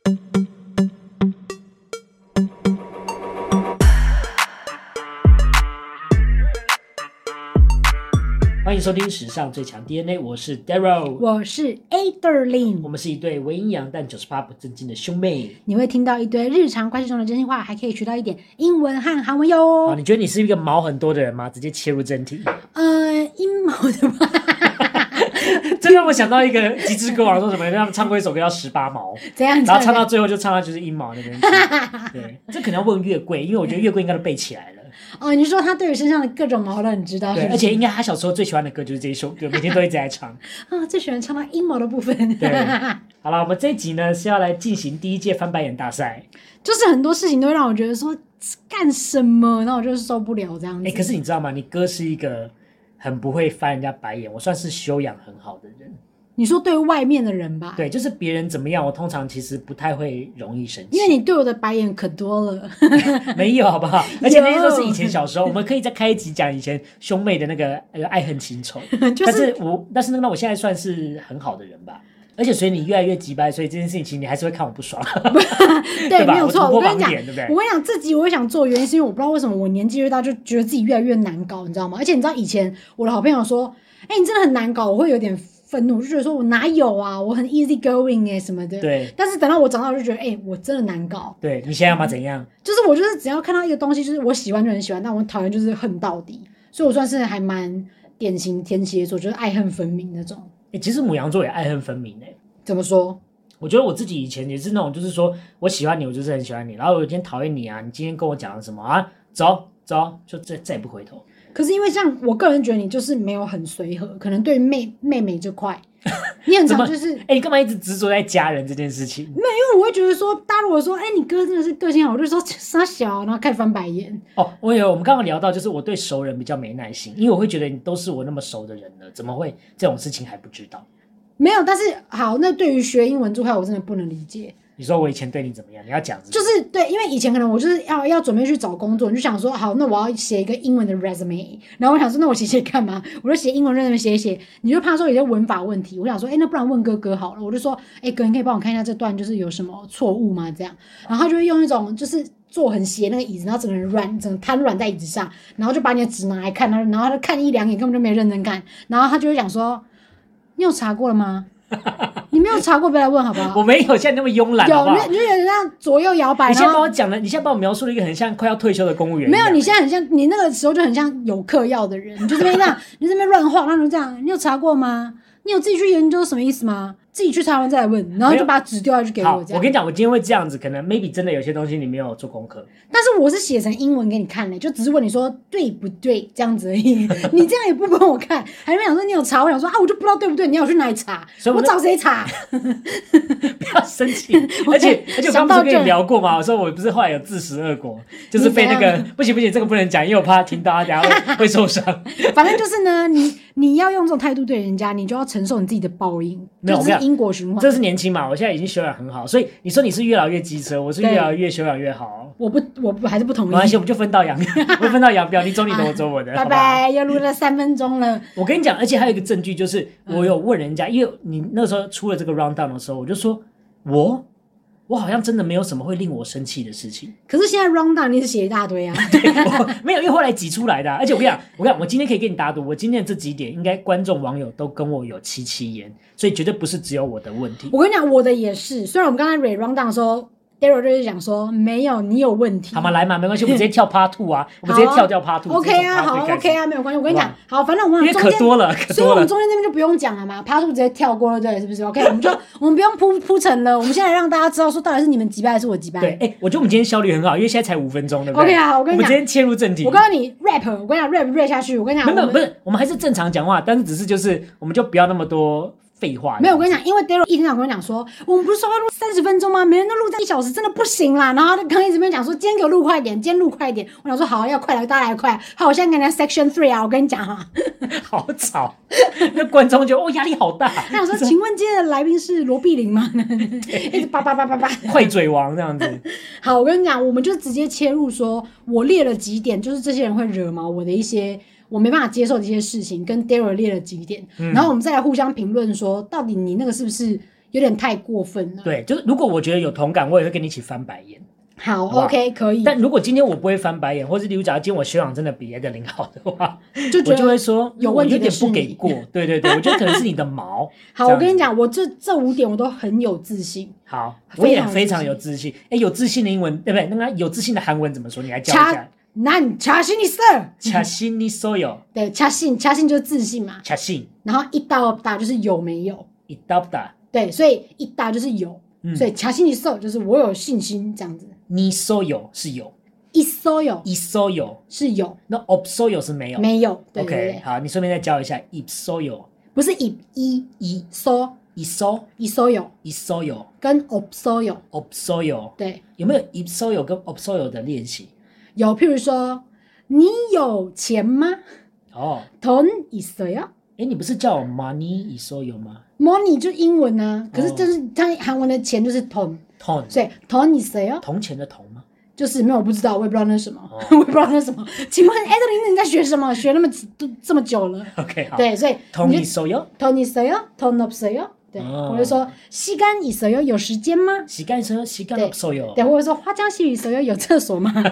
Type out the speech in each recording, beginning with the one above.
欢迎收听史上最强 DNA， 我是 Daryl， 我是 Aderlyn， 我们是一对为阴阳但98%不正经的兄妹。 你会听到一堆日常关系中的真心话，还可以学到一点英文和韩文哟。 好，你觉得你是一个毛很多的人吗？直接切入正题。 阴谋的吧。 这让我想到一个极致歌王说什么，他们唱过一首歌叫18毛， 怎样？ 然后唱到最后就唱到就是阴毛那边去。对，这可能要问月桂，因为我觉得月桂应该都背起来了。 哦，你说他对于身上的各种毛都很知道， 对，而且应该他小时候最喜欢的歌就是这一首歌，每天都一直在唱。 最喜欢唱到阴毛的部分。 对，好了，我们这一集呢是要来进行第一届翻白眼大赛。 就是很多事情都会让我觉得说干什么，然后我就受不了这样子。 可是你知道吗？你哥是一个很不会翻人家白眼，我算是修养很好的人。 你说对外面的人吧？ 对，就是别人怎么样，我通常其实不太会容易生气， 因为你对我的白眼可多了。 没有好不好？而且那些都是以前小时候，我们可以再开一集讲以前兄妹的那个爱恨情仇。但是那我现在算是很好的人吧。而且随你越来越急掰，所以这件事情其实你还是会看我不爽。 对，没有错。我跟你讲， 对不对？ 我跟你讲，这集我会想做的原因是因为我不知道为什么我年纪越大就觉得自己越来越难搞，你知道吗？而且你知道以前我的好朋友说，你真的很难搞，我会有点愤怒，就觉得说我哪有啊，我很 easy going 什么的。对。但是等到我长大，我就觉得我真的难搞。 对，你现在要怎样？ 就是我只要看到一个东西，就是我喜欢就很喜欢，但我讨厌就是恨到底。所以我算是还蛮典型天蝎座，就是爱恨分明那种。 其实牡羊座也爱恨分明怎么说？ 我觉得我自己以前也是那种，就是说我喜欢你，我就是很喜欢你，然后我有一天讨厌你啊，你今天跟我讲了什么啊？走，就再也不回头。 可是因为像我个人觉得你就是没有很随和，可能对于妹妹这块，你很常就是你干嘛一直执着在家人这件事情？ 没有，因为我会觉得说，大家如果说你哥真的是个性好，我就说傻小，然后开始翻白眼。 我们刚刚聊到，就是我对熟人比较没耐心，因为我会觉得你都是我那么熟的人了，怎么会这种事情还不知道？ 没有，但是好，那对于学英文这块，我真的不能理解。 你说我以前对你怎么样？你要讲就是对，因为以前可能我就是要准备去找工作，你就想说好，那我要写一个英文的 resume， 然后我想说那我写干嘛？我就写英文 resume 写一写，你就怕说有些文法问题，我想说那不然问哥好了，我就说哥，你可以帮我看一下这段就是有什么错误吗？这样，然后他就会用一种就是坐很斜那个椅子，然后整个人整个瘫软在椅子上，然后就把你的纸拿来看，然后他就看一两眼，根本就没认真看，然后他就会讲说，你有查过了吗？你没有查过，别来问好不好？ 我没有像你那么慵懒，好不好？ 你就有点像左右摇摆。 你现在帮我讲了，你现在帮我描述了一个很像快要退休的公务员。 没有，你现在很像，你那个时候就很像有嗑药的人，你就这边这样，你这边乱晃，然后就这样。你有查过吗？你有自己去研究什么意思吗？自己去查完再来问，然后就把纸丢下去给我。这样。 我跟你讲，我今天会这样子，可能 maybe 真的有些东西你没有做功课。 但是我是写成英文给你看的，就只是问你说对不对这样子而已。你这样也不帮我看，还没想说你有查，我想说我就不知道对不对，你要去哪里查？我找谁查？ 不要生气。而且我刚不是跟你聊过吗？我说我不是后来有自食恶果，就是被那个不行，这个不能讲，因为我怕听到他等下会受伤。 反正就是呢，你要用这种态度对人家，你就要承受你自己的报应。 没有， 就是因果循环。 这是年轻嘛，我现在已经修养很好，所以你说你是越老越机车，我是越老越修养越好。 我还是不同意。 没关系，我们就分道扬镳，你走你的，我走我的。 拜拜，又录了3分钟了。 我跟你讲，而且还有一个证据，就是我有问人家，因为你那时候出了这个 round down 的时候，我就说我好像真的没有什么会令我生气的事情。 可是现在 round down 你是写一大堆啊。 对，没有，因为后来挤出来的而且我跟你讲，我今天可以跟你打赌，我今天的这几点应该观众网友都跟我有七言，所以绝对不是只有我的问题。 我跟你讲，我的也是。虽然我们刚才 round down 的时候，Daryl 就是讲说没有，你有问题。 好嘛，来嘛，没关系，我们直接跳 Part 2啊，我们直接跳掉 Part 2。 OK 啊，好 OK 啊，没有关系。我跟你讲，好，反正我们因为可多了， 所以我们中间那边就不用讲了嘛，Part 2直接跳过了，对，是不是 ？OK， 我们不用铺陈了，我们现在让大家知道说到底是你们击败还是我击败。 对，我觉得我们今天效率很好，因为现在才5分钟，对不对 ？OK 啊，我跟你讲， 我们今天切入正题。 我告诉你 rap， 我跟你讲 rap 下去，我跟你讲， 没有，不是，我们还是正常讲话，但是只是就是我们就不要那么多废话。 没有，我跟你讲，因为 Daryl 一天到晚跟我讲说，我们不是说要录30分钟吗？每人都录在1小时，真的不行啦。然后他刚一直边讲说，今天给我录快一点，今天录快一点。我想说好，要快来，大家来快。好，我现在跟人家 Section 3啊，我跟你讲哈， 好吵，那观众就压力好大。 他想说，请问今天的来宾是罗碧玲吗？一直叭， 快嘴王这样子。 好，我跟你讲，我们就直接切入说，我列了几点，就是这些人会惹毛我的一些。我没办法接受这些事情，跟 Daryl 列了几点，然后我们再来互相评论说，到底你那个是不是有点太过分了。 对，就是如果我觉得有同感，我也会跟你一起翻白眼。 好好 ，OK， 可以。 但如果今天我不会翻白眼，或是例如假如今天我学长真的比那个零好的话， 就我就会说有问题我有点的是你不给过。对对对，我觉得可能是你的毛。 好，我跟你讲，我这5点我都很有自信。 好，我也非常有自信。哎，有自信的英文，对不对？那个有自信的韩文怎么说？你来教一下。 난 자신 있어。 자신 있어요。 对，자신就是自信嘛。 자신。 然后있다就是有没有。 있다。 对，所以있다就是有，所以자신 있어就是我有信心这样子。 있어요是有。 있어요是有。 那없어요是没有。 没有。对 OK， 好，你顺便再教一下있어요。 不是있어。 있어요 跟없어요。对， 有没有있어요跟없어요的练习？ 有，譬如说，你有钱吗？ 哦， 돈 있어요？ 哎，你不是叫我 money 있어요吗 ？money 就英文啊，可是就是它韩文的钱就是 돈， 所以 돈 있어요？ 铜钱的铜吗？ 就是没有，我不知道，我也不知道那是什么，我也不知道那是什么。请问 Adeline， 你在学什么？学这么久了 ？OK， 好。 对，所以 돈 있어요？ 돈 있어요？ 돈 없어요？对，我就说시간 있어요？ 有时间吗？ 시간 있어요？ 시간 없어요。 对，或者说화장실 있어요？ 有厕所吗？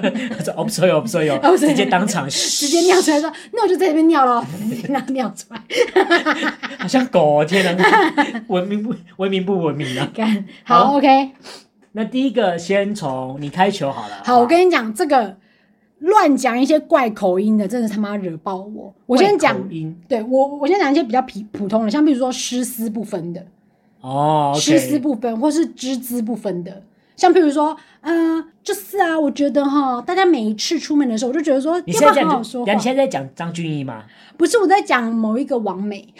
없어요， 直接当场直接尿出来说，那我就在这边尿了，直接尿出来， 好像狗哦！天哪，文明不文明啊？ 好 ，OK。 那第一个先从你开球好了。 好，我跟你讲，这个乱讲一些怪口音的，真的他妈惹爆我。我先讲，对我先讲一些比较普通的，像比如说诗思不分的，诗思不分，或是只字不分的，像比如说，就是啊，我觉得哈，大家每一次出门的时候，我就觉得说， 你现在好好说话。 你现在在讲张钧甯吗？ 不是，我在讲某一个网美。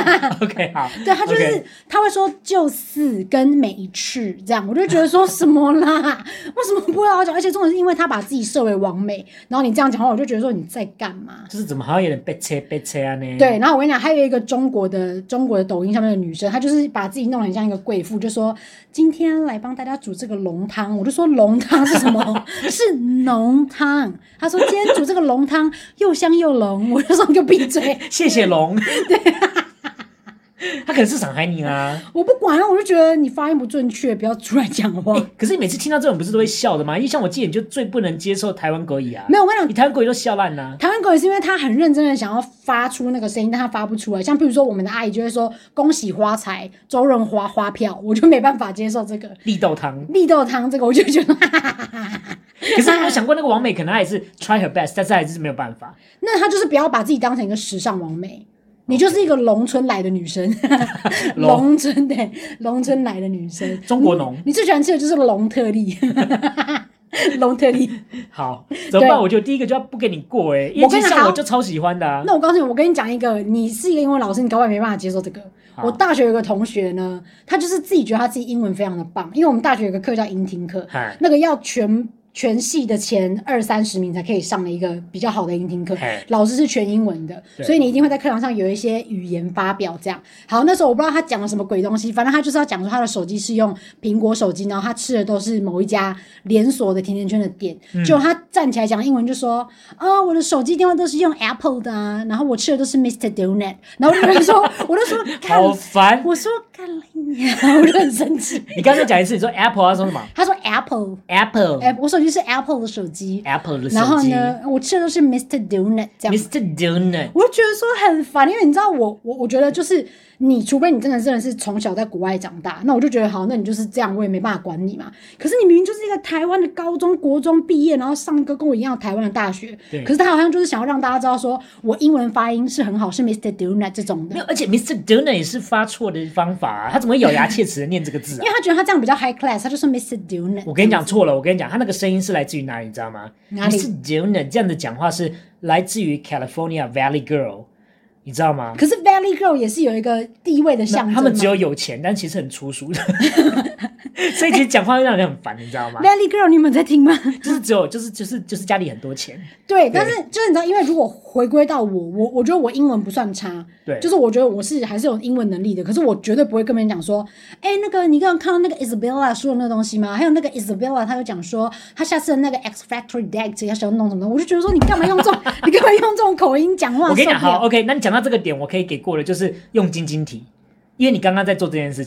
OK， 好。 对，他就是他会说就是跟每一次这样，我就觉得说什么啦？为什么不好好讲？而且重点是因为他把自己设为网美，然后你这样讲话，我就觉得说你在干嘛？ 就是怎么好像有点被切啊呢？ 对，然后我跟你讲，还有一个中国的抖音上面的女生，她就是把自己弄得很像一个贵妇，就说今天来帮大家煮这个浓汤，我就说浓汤是什么？是浓汤。她说今天煮这个浓汤又香又浓，我就说你就闭嘴。 谢谢龙。对，他可能是上海人啊。 我不管，我就觉得你发音不正确，不要出来讲话。 可是你每次听到这种不是都会笑的吗？因为像我记得你就最不能接受台湾国语啊。 没有，我跟你讲， 你台湾国语都笑烂啊。 台湾国语是因为他很认真的想要发出那个声音，但他发不出来。像比如说我们的阿姨就会说恭喜发财，周润发花票，我就没办法接受这个绿豆汤这个，我就觉得可是我想过那个王美可能还是 try her best， 但是还是没有办法。 那他就是不要把自己当成一个时尚王美，你就是一个农村来的女生。农村来的女生， 中国农。 你最喜欢吃的就是龙特利。龙特利。 好，怎么办？我觉得第一个就要不给你过因为像我就超喜欢的啊。 那我告诉你，我跟你讲一个，你是一个英文老师，你搞不好没办法接受这个。我大学有个同学呢，他就是自己觉得他自己英文非常的棒，因为我们大学有个课叫英听课，那个要全系的前20-30名才可以上的一个比较好的英听课，老师是全英文的，所以你一定会在课堂上有一些语言发表这样。好，那时候我不知道他讲了什么鬼东西，反正他就是要讲说他的手机是用苹果手机，然后他吃的都是某一家连锁的甜甜圈的店，就他站起来讲英文就说我的手机电话都是用 Apple 的啊，然后我吃的都是 Mr. Donut， 然后我就说好烦， 我说干了你啊，我就很生气。 你刚才讲一次，你说 Apple， 他说什么？ 他说 Apple， 我手机是 Apple 的手机，然后呢，我吃的都是 Mr. Donut 这样。 Mr. Donut， 我就觉得说很烦，因为你知道我觉得就是你，除非你真的是从小在国外长大，那我就觉得好，那你就是这样，我也没办法管你嘛。可是你明明就是一个台湾的高中、国中毕业，然后上一个跟我一样台湾的大学，可是他好像就是想要让大家知道说我英文发音是很好，是 Mr. Donut 这种的。 没有，而且 Mr. Donut 也是发错的方法啊，他怎么会咬牙切齿的念这个字啊？ 因为他觉得他这样比较 high class， 他就说 Mr. Donut。 我跟你讲错了，我跟你讲，他那个声音是来自于哪里，你知道吗？ 哪里 ？Mr. Donut 这样的讲话是来自于 California Valley Girl。你知道吗？ 可是 Valley Girl 也是有一个地位的象征， 他们只有钱，但其实很粗俗的，所以其实讲话会让人很烦，你知道吗 ？Valley Girl 你们在听吗？ 就是家里很多钱。 对，但是就是你知道，因为如果回归到我觉得我英文不算差， 对， 就是我觉得我是还是有英文能力的，可是我绝对不会跟别人讲说，那个你刚刚看到那个 Isabella 说的那个东西吗？还有那个 Isabella 她有讲说，她下次的那个 X Factor Deck 要弄什么的，我就觉得说你干嘛用这种口音讲话？ 我跟你讲，好 ，OK， 那你讲到这个点，我可以给过的就是用晶晶体，因为你刚刚在做这件事情。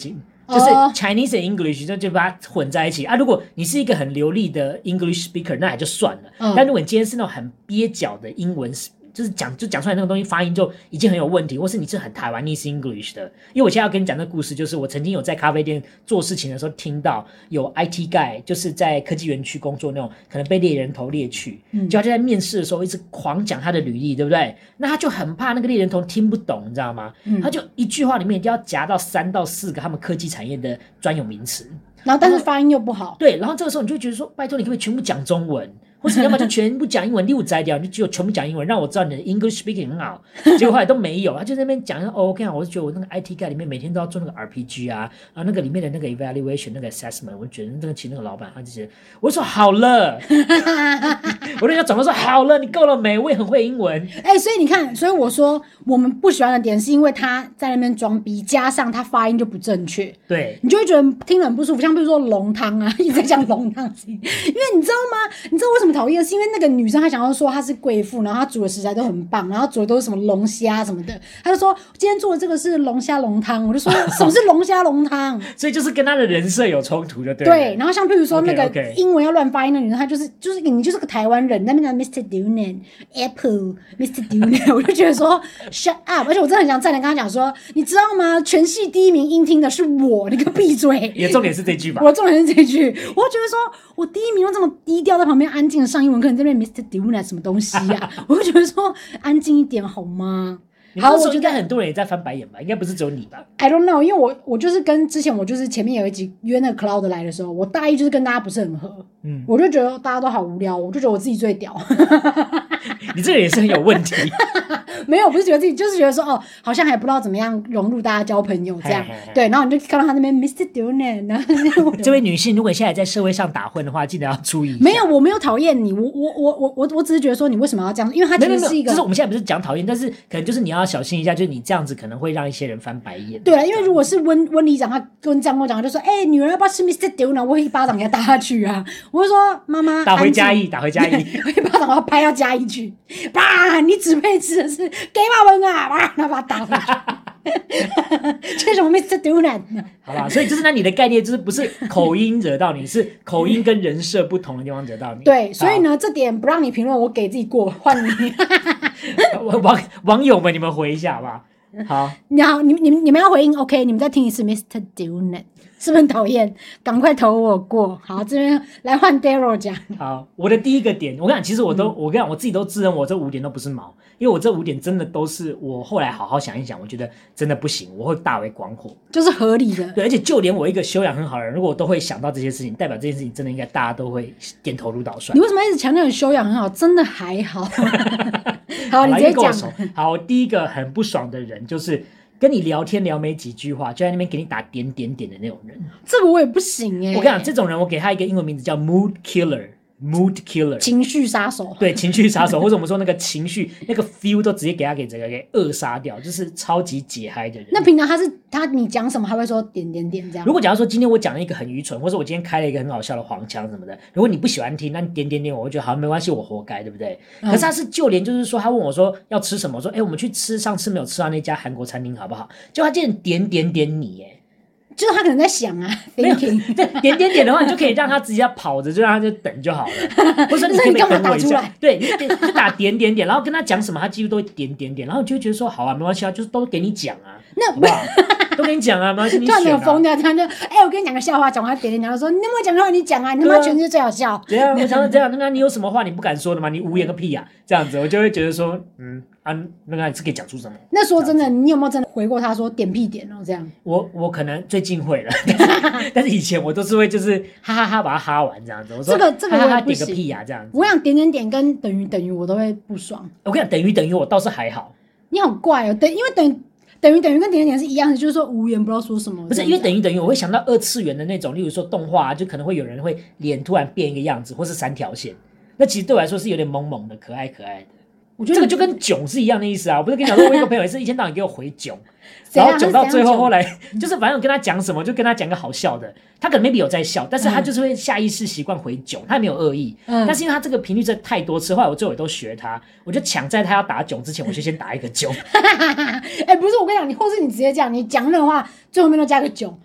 就是 Chinese and English 就把它混在一起啊。如果你是一个很流利的 English speaker， 那也就算了。但如果你今天是那种很蹩脚的英文，就是讲出来那个东西发音就已经很有问题，或是你是很台湾 English 的。因为我现在要跟你讲这个故事，就是我曾经有在咖啡店做事情的时候听到有 IT guy， 就是在科技园区工作那种，可能被猎人头猎去，就他就在面试的时候一直狂讲他的履历，对不对？那他就很怕那个猎人头听不懂，你知道吗？他就一句话里面一定要夹到3到4个他们科技产业的专有名词， 然后但是发音又不好。 对，然后这个时候你就觉得说，拜托你可不可以全部讲中文？或是你要么就全部讲英文，6摘掉，你就只有全部讲英文，让我知道你的 English speaking 很好。结果后来都没有，他就在那边讲OK 我就觉得我那个 IT guy 里面每天都要做那个 RPG 啊，然后那个里面的那个 evaluation 那个 assessment， 我觉得那个请那个老板他就觉得，我就说好了，我跟他转过说好了，你够了没？我也很会英文。 所以你看，所以我说我们不喜欢的点是因为他在那边装逼，加上他发音就不正确， 对， 你就会觉得听得很不舒服。像比如说龙汤啊，一直在讲龙汤，因为你知道吗？你知道为什么讨厌？是因为那个女生她想要说她是贵妇，然后她煮的食材都很棒，然后煮的都是什么龙虾什么的，她就说今天做的这个是龙虾龙汤，我就说什么是龙虾龙汤？ 所以就是跟她的人设有冲突就对了。 对，然后像譬如说那个英文要乱发音的女生，她就是你就是个台湾人，那边的 Mr. Dunan Apple Mr. Dunan， 我就觉得说 shut up， 而且我真的很想站来跟她讲说，你知道吗？全系第1名英听的是我，你给我闭嘴！ 也重点是这句吧？ 我重点是这句，我就觉得说我第1名又这么低调，在旁边安静的上英文课，你这边 Mr. Dunan 什么东西啊？我就觉得说安静一点好吗？ 好，我觉得很多人也在翻白眼吧，应该不是只有你吧 ？I don't know， 因为我就是跟之前我就是前面有一集约那个 Cloud 来的时候，我大一就是跟大家不是很合，我就觉得大家都好无聊，我就觉得我自己最屌。 你这个也是很有问题。 没有，不是觉得自己，就是觉得说好像还不知道怎么样融入大家交朋友这样。对，然后你就看到他那边 Mr. Dunan， 然后这位女性，如果现在在社会上打混的话，记得要注意一下。 没有，我没有讨厌你，我只是觉得说你为什么要这样？因为他其实是一个， 就是我们现在不是讲讨厌，但是可能就是你要小心一下，就是你这样子可能会让一些人翻白眼。 对啊，因为如果是温里长，他跟这样跟我讲，他就说女人要不要吃 Mr. Dunan， 我会一巴掌给他打下去啊！我就说妈妈打回嘉义， 我一巴掌我要拍到嘉义去，啪！你只配吃的是给爸们啊！然后把他打回去。这什么 Mr. Dunan？ 好吧，所以就是那你的概念就是不是口音惹到你，是口音跟人设不同的地方惹到你。 对，所以呢，这点不让你评论，我给自己过，换你。 网友们，你们回一下好不好？好， 你们要回应 OK， 你们再听一次 Mr. Dunan， 是不是很讨厌？赶快投我过。好，这边来换 Daryl 讲。 好，我的第一个点，我跟你讲，其实我跟你讲，我自己都自认我这5点都不是毛，因为我这5点真的都是我后来好好想一想，我觉得真的不行，我会大为广阔， 就是合理的。 对，而且就连我一个修养很好的人，如果我都会想到这些事情，代表这件事情真的应该大家都会点头如捣蒜。 你为什么一直强调你修养很好？真的还好。好，你直接讲。 好，第一个很不爽的人就是跟你聊天聊没几句话，就在那边给你打点点点的那种人。 这个我也不行我跟你讲，这种人我给他一个英文名字叫 mood killer， 情绪杀手。 对，情绪杀手，或者我们说那个情绪那个 feel 都直接给他给扼杀掉，就是超级解嗨的人。 那平常你讲什么他会说点点点这样？ 如果假如说今天我讲了一个很愚蠢，或者我今天开了一个很好笑的黄腔什么的，如果你不喜欢听，那你点点点我会觉得好像没关系，我活该，对不对？可是他是就连就是说他问我说要吃什么，我说我们去吃上次没有吃到那家韩国餐厅好不好？就他竟然点点点你就是他可能在想啊 ，thinking， 对，点点点的话，你就可以让他直接跑着，就让他就等就好了。或者说你可以等我一下，对，你就打点点点，然后跟他讲什么，他几乎都会点点点，然后你就会觉得说好啊，没关系啊，就是都给你讲啊， 那好不好？都跟你讲啊，没关系，你选啊。 突然疯掉，他就我跟你讲个笑话，讲完点点讲，说你能不能讲个话，你讲啊，你他妈全世界最好笑。 怎样？我想这样，那你有什么话你不敢说的吗？你无言个屁啊！这样子，我就会觉得说，那个是可以讲出什么？ 那说真的，你有没有真的回过他说点屁点这样？ 我可能最近会了，但是以前我都是会就是哈哈哈把它哈完这样子。我说这个哈哈点个屁啊这样子。 我想点点点跟等于等于我都会不爽。 我跟你讲等于我倒是还好。 你好怪哦，因为等于跟点点点是一样的，就是说无言不知道说什么。 不是因为等于我会想到2次元的那种，例如说动画就可能会有人会脸突然变一个样子，或是3条线。那其实对我来说是有点萌萌的、可爱的。我觉得这个就跟囧是一样的意思啊！我不是跟你讲说，我一个朋友也是一天到晚给我回囧，然后囧到最后来就是反正我跟他讲什么，就跟他讲个好笑的，他可能 maybe 有在笑，但是他就是会下意识习惯回囧，他也没有恶意，但是因为他这个频率真的太多次，后来我最后也都学他，我就抢在他要打囧之前，我就先打一个囧。 不是我跟你讲，或是你直接这样，你讲任何话最后面都加个囧，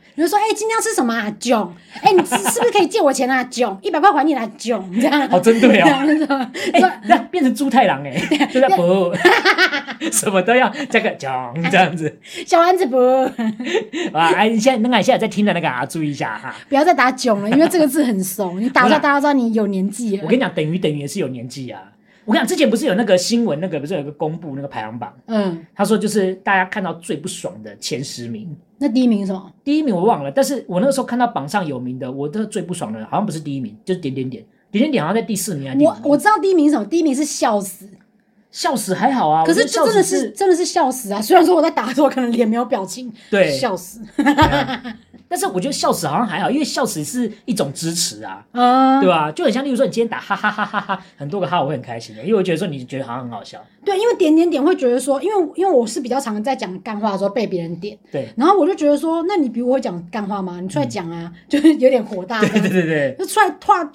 你就说今天要吃什么啊囧，你是不是可以借我钱啊囧，100块还你啦囧，这样好针对哦。那变成猪太郎就在不什么都要这个囧这样子。 小丸子不现在在听的那个注意一下哈， 不要再打囧了，因为这个字很怂，你打出来大家知道你有年纪了。 我跟你讲，等于也是有年纪啊。我跟你讲，之前不是有那个新闻，不是有个公布那个排行榜？他说就是大家看到最不爽的前10名。 那第一名是什么？ 第一名我忘了，但是我那个时候看到榜上有名的，我的最不爽的好像不是第一名，就是点好像在第4名还是第5名。 我知道第一名是什么，第一名是笑死。 笑死还好啊， 可是真的是笑死啊！虽然说我在打的时候可能脸没有表情， 对， 笑死。 但是我觉得笑死好像还好，因为笑死是一种支持啊，对吧？就很像，例如说你今天打哈哈哈哈哈，很多个哈我会很开心的，因为我觉得说你觉得好像很好笑。 对，因为点会觉得说，因为我是比较常在讲干话的时候被别人点， 对， 然后我就觉得说，那你比我会讲干话吗？你出来讲啊，就是有点火大。 对， 就出来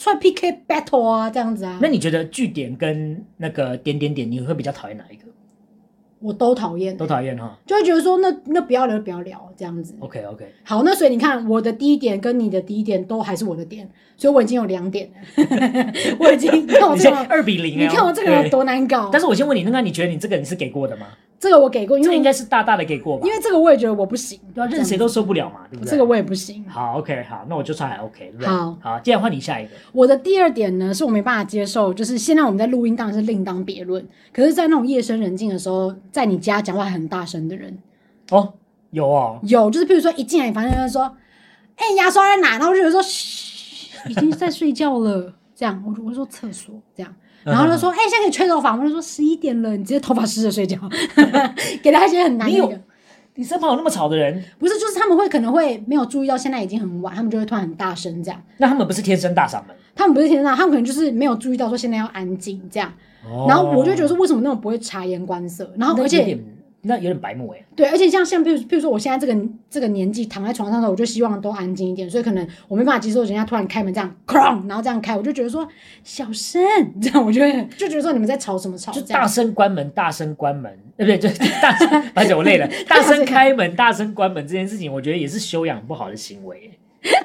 PK battle 啊，这样子啊。 那你觉得句点跟那个点，你会比较讨厌哪一个？ 我都讨厌， 都讨厌哈， 就会觉得说那不要聊不要聊这样子。 OK， 好，那所以你看我的第一点跟你的第一点都还是我的点，所以我已经有2点了。我已经，你看我这个 2比0， 你看我这个有多难搞。 但是我先问你，那你觉得你这个你是给过的吗？ 这个我给过，因为这应该是大大的给过吧？ 因为这个我也觉得我不行， 对啊，任谁都受不了嘛，对不对？ 这个我也不行。 好 ，OK， 好，那我就算还 OK， 对不对？ 好， 接下来换你下一个。 我的第2点呢，是我没办法接受，就是现在我们在录音当然是另当别论，可是，在那种夜深人静的时候，在你家讲话很大声的人， 有哦， 有，就是比如说一进来你房间就说，牙刷在哪？然后就有说，嘘，已经在睡觉了，这样，我说厕所这样。然后就说，现在可以吹头发。我就说11点了，你直接头发湿着睡觉，给他一些很难的。 你身旁有那么吵的人？ 不是，就是他们可能会没有注意到现在已经很晚，他们就会突然很大声这样。 那他们不是天生大嗓门？ 他们不是天生大，他们可能就是没有注意到说现在要安静这样。然后我就觉得说，为什么那种不会察言观色？然后而且那有点白目对，而且像譬如说我现在这个年纪躺在床上的时候，我就希望都安静一点，所以可能我没办法接受人家突然开门这样哐，然后这样开，我就觉得说小声这样，我就觉得说你们在吵什么吵？ 就大声关门，大声关门，对不对？就大声，而且我累了，大声开门，大声关门这件事情，我觉得也是修养不好的行为。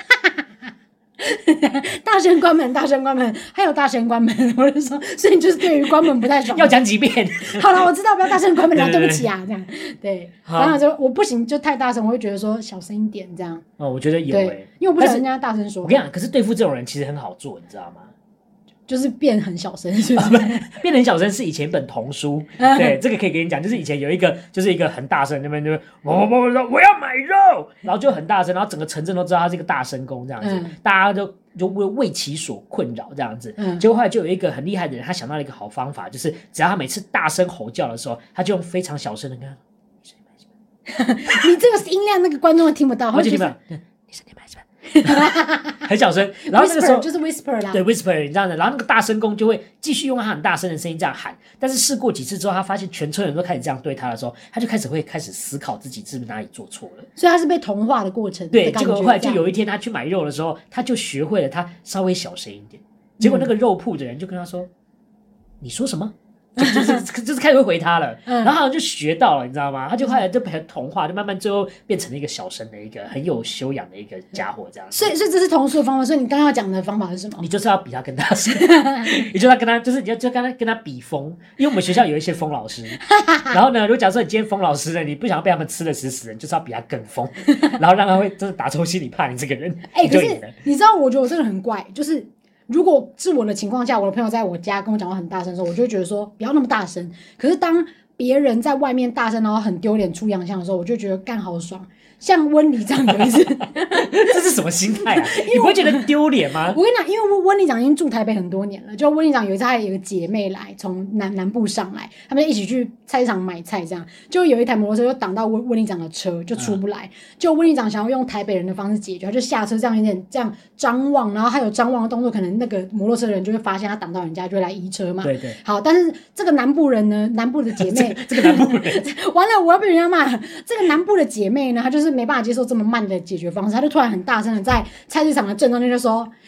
大声关门，大声关门，还有大声关门，我就说，所以就是对于关门不太爽。 要讲几遍？ 好了，我知道不要大声关门了，对不起啊，这样对。然后就我不行，就太大声，我会觉得说小声一点这样。 我觉得有因为我不想人家大声说。 我跟你讲，可是对付这种人其实很好做，你知道吗？ 就是变很小声，是不是？ 变很小声是以前一本童书，对，这个可以跟你讲，就是以前有一个，就是一个很大声，那边就我要买肉，然后就很大声，然后整个城镇都知道他是一个大声公这样子，大家就为其所困扰这样子。结果后来就有一个很厉害的人，他想到了一个好方法，就是只要他每次大声吼叫的时候，他就用非常小声的跟他你这个音量那个观众会听不到， 而且听不到，你身体买什么？很小声，然后那个时候就是 whisper 啦， 对 whisper， 你知道的，然后那个大声公就会继续用他很大声的声音这样喊，但是试过几次之后，他发现全村人都开始这样对他的时候，他就开始思考自己是不是哪里做错了， 所以他是被同化的过程。 对，结果后来就有一天他去买肉的时候，他就学会了他稍微小声一点，结果那个肉铺的人就跟他说：“你说什么？”就是开始会回他了，然后好像就学到了，你知道吗？他就后来就被同化，就慢慢最后变成了一个小声的一个很有修养的一个家伙，这样。 所以这是同事的方法。所以你刚刚要讲的方法是什么？ 你就是要比他更大声，你就要跟他，就是你要跟他比疯。因为我们学校有一些疯老师，然后呢，如果假如说你今天疯老师呢，你不想要被他们吃的死死的，你就是要比他更疯，然后让他会真的打从心里怕你这个人。 可是你知道，我觉得我这个人很怪，就是。如果是我的情况下，我的朋友在我家跟我讲话很大声的时候，我就会觉得说不要那么大声。可是当别人在外面大声，然后很丢脸出洋相的时候，我就觉得干好爽。像温里长有一次， 这是什么心态啊？你不会觉得丢脸吗？ 我跟你讲，因为温里长已经住台北很多年了，就温里长有一次，他有一个姐妹来从南部上来，他们就一起去菜市场买菜，这样就有一台摩托车就挡到温里长的车，就出不来。就温里长想要用台北人的方式解决，他就下车这样有点这样张望，然后还有张望的动作，可能那个摩托车的人就会发现他挡到人家，就会来移车嘛。 对对。 好，但是这个南部人呢，南部的姐妹， 这个南部人完了，我要被人家骂。这个南部的姐妹呢，她就是没办法接受这么慢的解决方式，她就突然很大声的在菜市场的正中间就说：“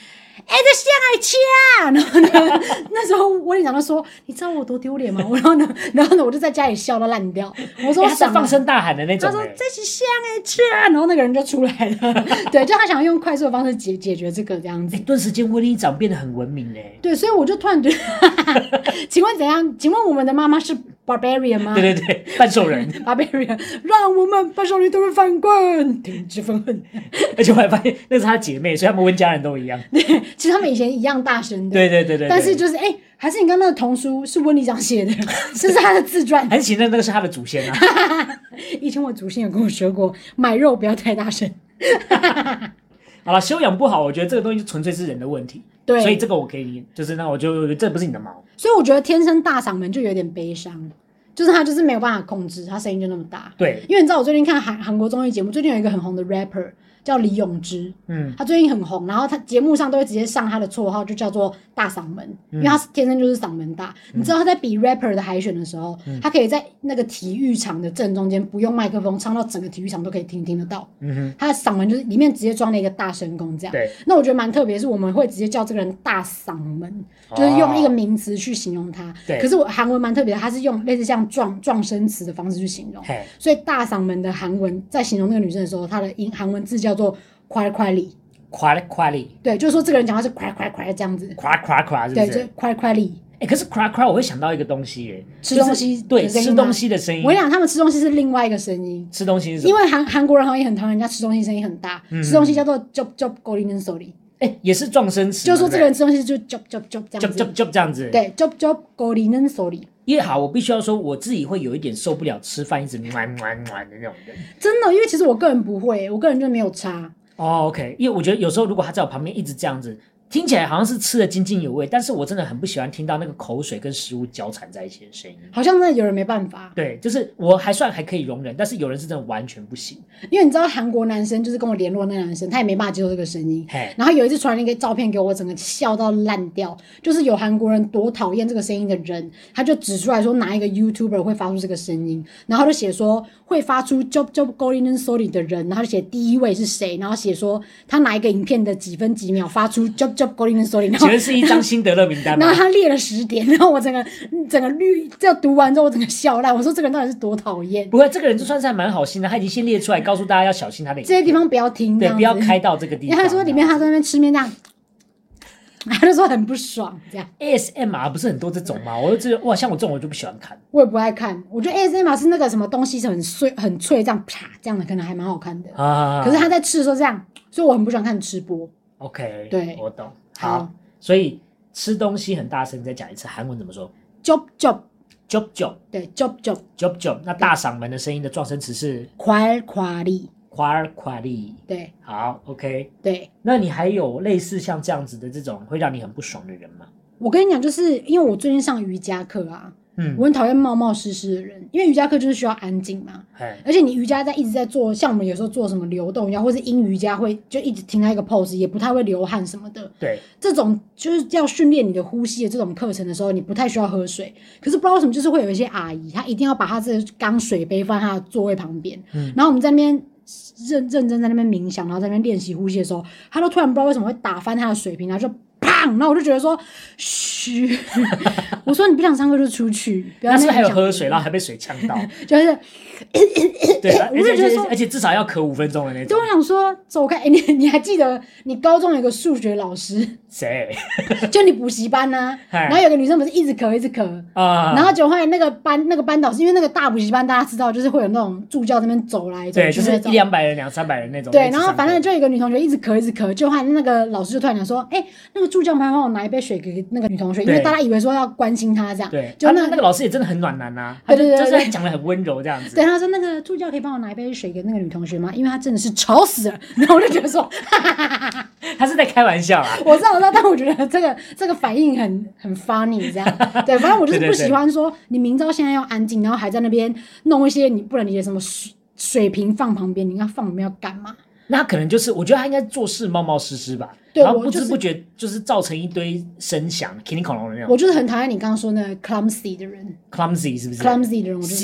这像爱掐，然后呢，那时候温里长就说，你知道我多丢脸吗？然后呢，我就在家里笑到烂掉。我说他是放声大喊的那种。 他说这是像爱掐，然后那个人就出来了。对，就他想用快速的方式解决这个这样子。 顿时间温里长变得很文明对，所以我就突然觉得，请问怎样？请问我们的妈妈是 barbarian 吗？ 对，半兽人。 barbarian， 让我们半兽人都是反棍，停止愤恨。 而且我还发现那是他姐妹，所以他们温家人都一样。 对，其实他们以前一样大声的。 对。 但是就是还是你刚刚那个童书是温里长写的，这是他的自传。 还是其实那个是他的祖先啊。 以前我祖先有跟我说过，买肉不要太大声。 好了，修养不好，我觉得这个东西就纯粹是人的问题。 对， 所以这个我可以，就是那我就这不是你的毛。 所以我觉得天生大嗓门就有点悲伤，就是他就是没有办法控制，他声音就那么大。 对， 因为你知道我最近看韩国综艺节目，最近有一个很红的 rapper 叫李永芝，他最近很红，然后他节目上都会直接上他的绰号，就叫做大嗓门，因为他天生就是嗓门大。你知道他在比 rapper 的海选的时候，他可以在那个体育场的正中间不用麦克风唱到整个体育场都可以听得到。他的嗓门就是里面直接装了一个大声公这样。 对， 那我觉得蛮特别，是我们会直接叫这个人大嗓门，就是用一个名词去形容他。 对， 可是我韩文蛮特别的，他是用类似像状声词的方式去形容。所以大嗓门的韩文在形容那个女生的时候，她的韩文字叫做快力，对，就是说这个人讲话是快这样子， 夸，是不是？ 对，就快力。 可是夸，我会想到一个东西耶， 吃东西， 对，吃东西的声音。 我跟你讲，他们吃东西是另外一个声音。 吃东西是什么？ 因为韩国人好像也很讨厌人家吃东西声音很大，吃东西叫做 job golden sorry。 也是撞声词， 就是说这个人吃东西就 job 这样子， 这样子。 对 job golden sorry。 因为好，我必须要说，我自己会有一点受不了吃饭一直暖的那种人。 真的，因为其实我个人不会，我个人就没有差。 OK， 因为我觉得有时候如果他在我旁边一直这样子，听起来好像是吃的津津有味，但是我真的很不喜欢听到那个口水跟食物交缠在一起的声音。 好像真的有人没办法。 对，就是我还可以容忍，但是有人是真的完全不行。 因为你知道韩国男生就是跟我联络那个男生，他也没办法接受这个声音。然后有一次传了一个照片给我，整个笑到烂掉。就是有韩国人多讨厌这个声音的人，他就指出来说哪一个 YouTuber 会发出这个声音，然后就写说会发出 job golden sorry 的人，然后就写第一位是谁，然后写说他哪一个影片的几分几秒发出 job golden sorry。 请问是一张辛德勒名单吗？ 然后他列了10点，然后我整个这样读完之后，我整个笑烂。我说这个人到底是多讨厌？ 不会，这个人就算是还蛮好心的，他已经先列出来，告诉大家要小心他的影片， 这些地方不要听， 对，不要开到这个地方。 他说里面他在那边吃面这样。他就说很不爽，这样 ASMR 不是很多这种吗？我就觉得哇，像我这种我就不喜欢看， 我也不爱看。我觉得 ASMR 是那个什么东西是很脆，这样啪这样的，可能还蛮好看的。可是他在吃的时候这样，所以我很不喜欢看吃播。 OK， 对， 我懂。好，所以吃东西很大声，再讲一次，韩文怎么说 ？job， 对 job。那大嗓门的声音的撞声词是快力。 对， 好 ，OK。 对， 那你还有类似像这样子的这种会让你很不爽的人吗？ 我跟你讲，就是因为我最近上瑜伽课啊，我很讨厌冒冒失失的人，因为瑜伽课就是需要安静嘛，而且你瑜伽一直在做，像我们有时候做什么流动瑜伽或是阴瑜伽，会就一直停在一个 pose， 也不太会流汗什么的。 对，这种就是要训练你的呼吸的这种课程的时候，你不太需要喝水，可是不知道为什么，就是会有一些阿姨，她一定要把她这个钢水杯放在她的座位旁边，然后我们在那边认真在那边冥想，然后在那边练习呼吸的时候，她都突然不知道为什么会打翻她的水瓶，然后就砰，然后我就觉得说，嘘，我说你不想上课就出去，不要。 那是不是还有喝水，然后还被水呛到？ 就是， 对，而且至少要咳5分钟的那种。 对，我想说走开。你还记得你高中有个数学老师？ 谁？ 就你补习班啊，然后有个女生不是一直咳啊，然后就后来那个班导师，因为那个大补习班大家知道，就是会有那种助教在那边走来走去， 对，就是100-200人、200-300人那种。 对，然后反正就有一个女同学一直咳，就后来那个老师就突然讲说，那个助教麻烦帮我拿一杯水给那个女同学，因为大家以为说要关心她这样。 对， 就那个老师也真的很暖男啊，他就是讲的很温柔这样子。 对，他说那个助教可以帮我拿一杯水给那个女同学吗？因为她真的是吵死了。然后我就觉得说， 他是在开玩笑啊。 我知道，但我觉得这个反应很 funny 这样。对，反正我就是不喜欢说你明知道现在要安静，然后还在那边弄一些你不能理解什么水瓶放旁边，你应该放旁边要干嘛？ 那他可能就是，我觉得他应该做事冒冒失失吧， 对， 然后不知不觉就是造成一堆声响，叮叮恐龙的那种。 我就是很讨厌你刚刚说那个 clumsy 的人 ，clumsy 是不是 ？clumsy 的人，我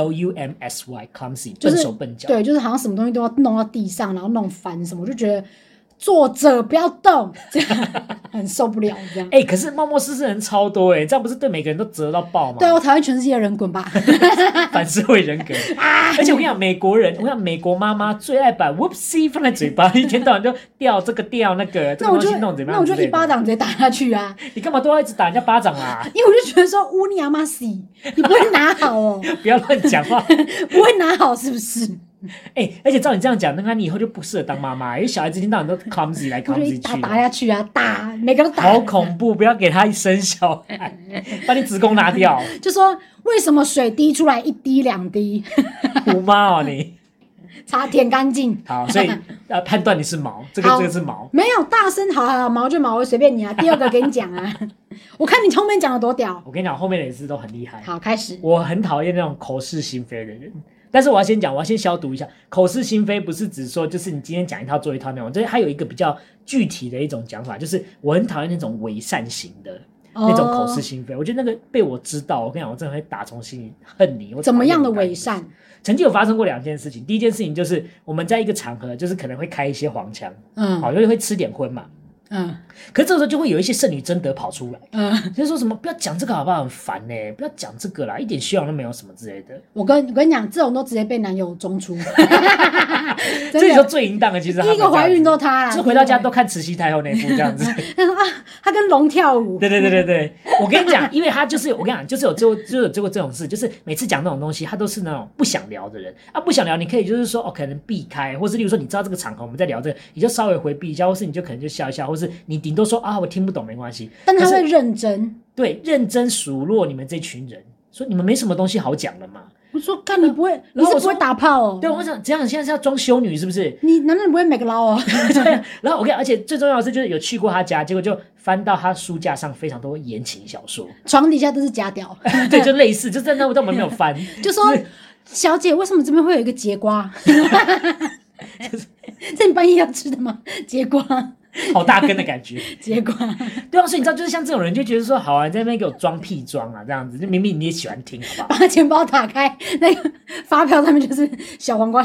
CLUMSY clumsy，笨手笨脚。 对，就是好像什么东西都要弄到地上，然后弄翻什么，我就觉得坐着不要动，这样很受不了这样。 可是猫猫失事人超多这样不是对每个人都折到爆吗？ 对，我讨厌全世界人滚吧。 反社会人格。而且我跟你讲，美国人，我跟你讲，美国妈妈最爱把 whoopsie 放在嘴巴，一天到晚就掉这个掉那个，这个东西弄怎么样？ 那我就一巴掌直接打下去啊！ 你干嘛都要一直打人家巴掌啊？ 因为我就觉得说乌尼亚玛西，你不会拿好哦。 不要乱讲话。 不会拿好是不是？ 而且照你这样讲，那你以后就不适合当妈妈，因为小孩子一天到晚都 clumsy 来 clumsy 去， 打下去啊，打每个都打， 好恐怖！不要给他一生小孩，把你子宫拿掉。 就说为什么水滴出来1滴2滴？ 虎妈你， 擦舔干净。 好，所以判断你是毛，这个是毛， 没有大声，好毛就毛，随便你啊。第二个给你讲啊，我看你后面讲的多屌。 我跟你讲，后面的也是都很厉害。 好，开始。 我很讨厌那种口是心非的人。但是我要先讲，我要先消毒一下，口是心非不是指说就是你今天讲一套做一套那种，这还有一个比较具体的一种讲法，就是我很讨厌那种伪善型的那种口是心非。我觉得那个被我知道，我跟你讲，我真的会打从心里恨你。 怎么样的伪善？ 曾经有发生过2件事情。第一件事情就是我们在一个场合，就是可能会开一些黄腔，好，因为会吃点荤嘛。可是这个时候就会有一些剩女贞德跑出来，就是说什么不要讲这个好不好，很烦不要讲这个啦，一点修养都没有什么之类的。 我跟你讲，这种都直接被男友中出。 这就最淫荡的，其实第一个怀孕都他啦， 就是回到家都看慈禧太后那部这样子。 他说他跟龙跳舞。 对，我跟你讲，因为他就是我跟你讲，就是有做过这种事，就是每次讲那种东西，他都是那种不想聊的人啊，不想聊，你可以就是说可能避开，或是例如说你知道这个场合我们在聊这个，你就稍微回避一下，或是你就可能就笑一笑，或是你顶多说我听不懂没关系， 但他会认真， 对，认真数落你们这群人，说你们没什么东西好讲的嘛。 我说干你不会，你是不会打炮哦？ 对，我想这样，现在是要装修女是不是？ 你难道你不会make捞哦？ 对，然后我看，而且最重要的是，就是有去过他家，结果就翻到他书架上非常多言情小说， 床底下都是假屌。 对，就类似，就在那我们没有翻， 就说小姐，为什么这边会有一个节瓜？这你半夜要吃的吗？节瓜。 好大根的感觉， 结果对啊，所以你知道，就是像这种人就觉得说，好啊，你在那边给我装屁装啊，这样子，就明明你也喜欢听，好不好？ 把钱包打开，那个发票上面就是小黄瓜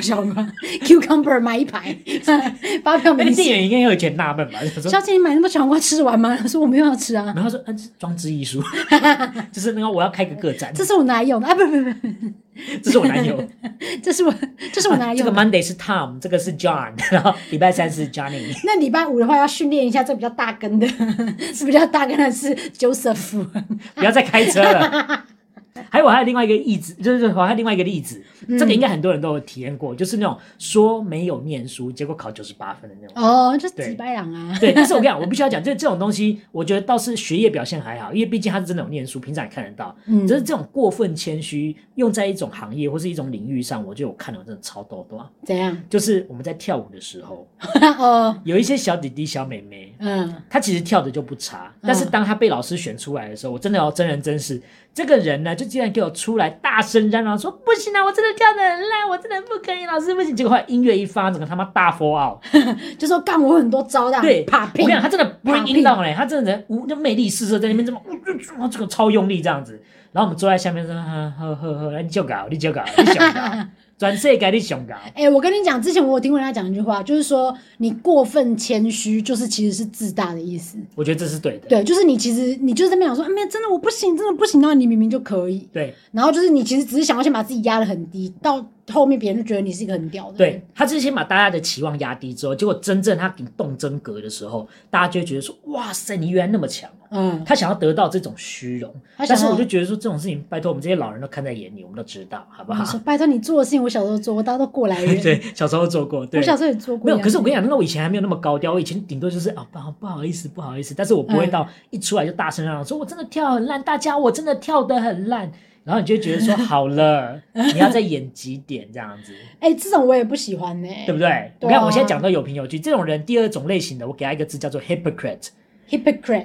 ，cucumber 买1排，发票没写。 店员应该有点纳闷吧？ 小姐，你买那么小黄瓜吃得完吗？他说我没有要吃啊。 然后他说，装置艺术，就是那个我要开个个展， 这是我拿来用的啊，不， 这是我男友， 这是我拿来用的。 这个 Monday 是 Tom， 这个是 John， 然后礼拜3是 Johnny。 那礼拜5的话要训练一下，这比较大根的，是比较大根的是 Joseph。 不要再开车了。还有另外一个例子，就是我还有另外一个例子，这个应该很多人都有体验过，就是那种说没有念书，结果考98分的那种。 哦，就是几百两啊。 对，但是我跟你讲，我必须要讲，这种东西，我觉得倒是学业表现还好，因为毕竟他是真的有念书，平常也看得到。只是这种过分谦虚，用在一种行业或是一种领域上，我觉得我看了真的超逗的。 怎样？ 就是我们在跳舞的时候，有一些小弟弟、小妹妹，他其实跳的就不差，但是当他被老师选出来的时候，我真的要真人真事。这个人呢，就竟然给我出来大声嚷嚷说：“不行啊，我真的跳得很烂，我真的不可以，老师不行。”结果后来音乐一发，整个他妈大 fall out， 就说干我很多招的。 对，我跟你讲，他真的 bring in down 嘞，他真的就魅力四射，在那边这么这个超用力这样子。然后我们坐在下面说：“呵，你就搞，你想搞。”全世界你想搞。 我跟你讲，之前我有听过人家讲一句话，就是说你过分谦虚，就是其实是自大的意思。 我觉得这是对的。 对，就是你其实你就是在那边讲说，没有，真的我不行，真的不行，然后你明明就可以。 对。 然后就是你其实只是想要先把自己压得很低，到后面别人就觉得你是一个很屌的人。 对，他就是先把大家的期望压低之后，结果真正他给你动真格的时候，大家就会觉得说，哇塞，你原来那么强。他想要得到这种虚荣，但是我就觉得说这种事情，拜托我们这些老人都看在眼里，我们都知道，好不好？ 你说拜托你做的事情，我小时候做过，大家都过来人。 对，小时候做过，对， 我小时候也做过。 没有，可是我跟你讲，那我以前还没有那么高调，我以前顶多就是不好意思，但是我不会到一出来就大声嚷嚷说我真的跳很烂，大家我真的跳得很烂。然后你就会觉得说好了，你要再演几点这样子。 这种我也不喜欢对不对？我看我现在讲到有凭有据，这种人第二种类型的，我给他一个字叫做 hypocrite。hypocrite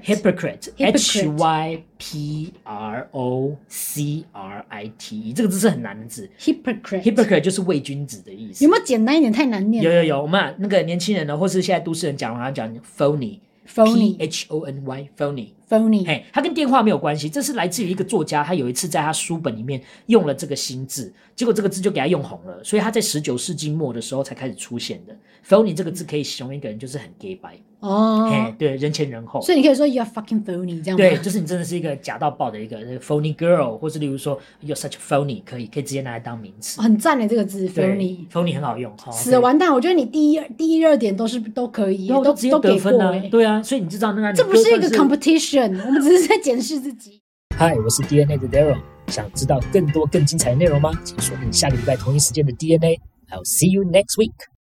hypocrite 这个字是很难的字。hypocrite 就是伪君子的意思。 有没有简单一点？太难念了。 有，我们那个年轻人呢，或是现在都市人讲，好像讲 phony phony phony， 嘿，它跟电话没有关系，这是来自于一个作家，他有一次在他书本里面用了这个新字，结果这个字就给他用红了，所以他在19世纪末的时候才开始出现的。phony 这个字可以形容一个人就是很 gay 白哦， 嘿，对，人前人后， 所以你可以说 you're fucking phony 这样吗？ 对，就是你真的是一个假到爆的一个 phony girl， 或是例如说 you're such a phony， 可以直接拿来当名词， 很赞的这个字 phony 很好用， 死完蛋，我觉得你第一二点都可以，都直接得分啊，对啊，所以你知道那这不是一个 competition， 我们只是在检视自己。 嗨，我是 DNA 的 Daryl， 想知道更多更精彩的内容吗？请锁定下个礼拜同一时间的 DNA。I'll see you next week.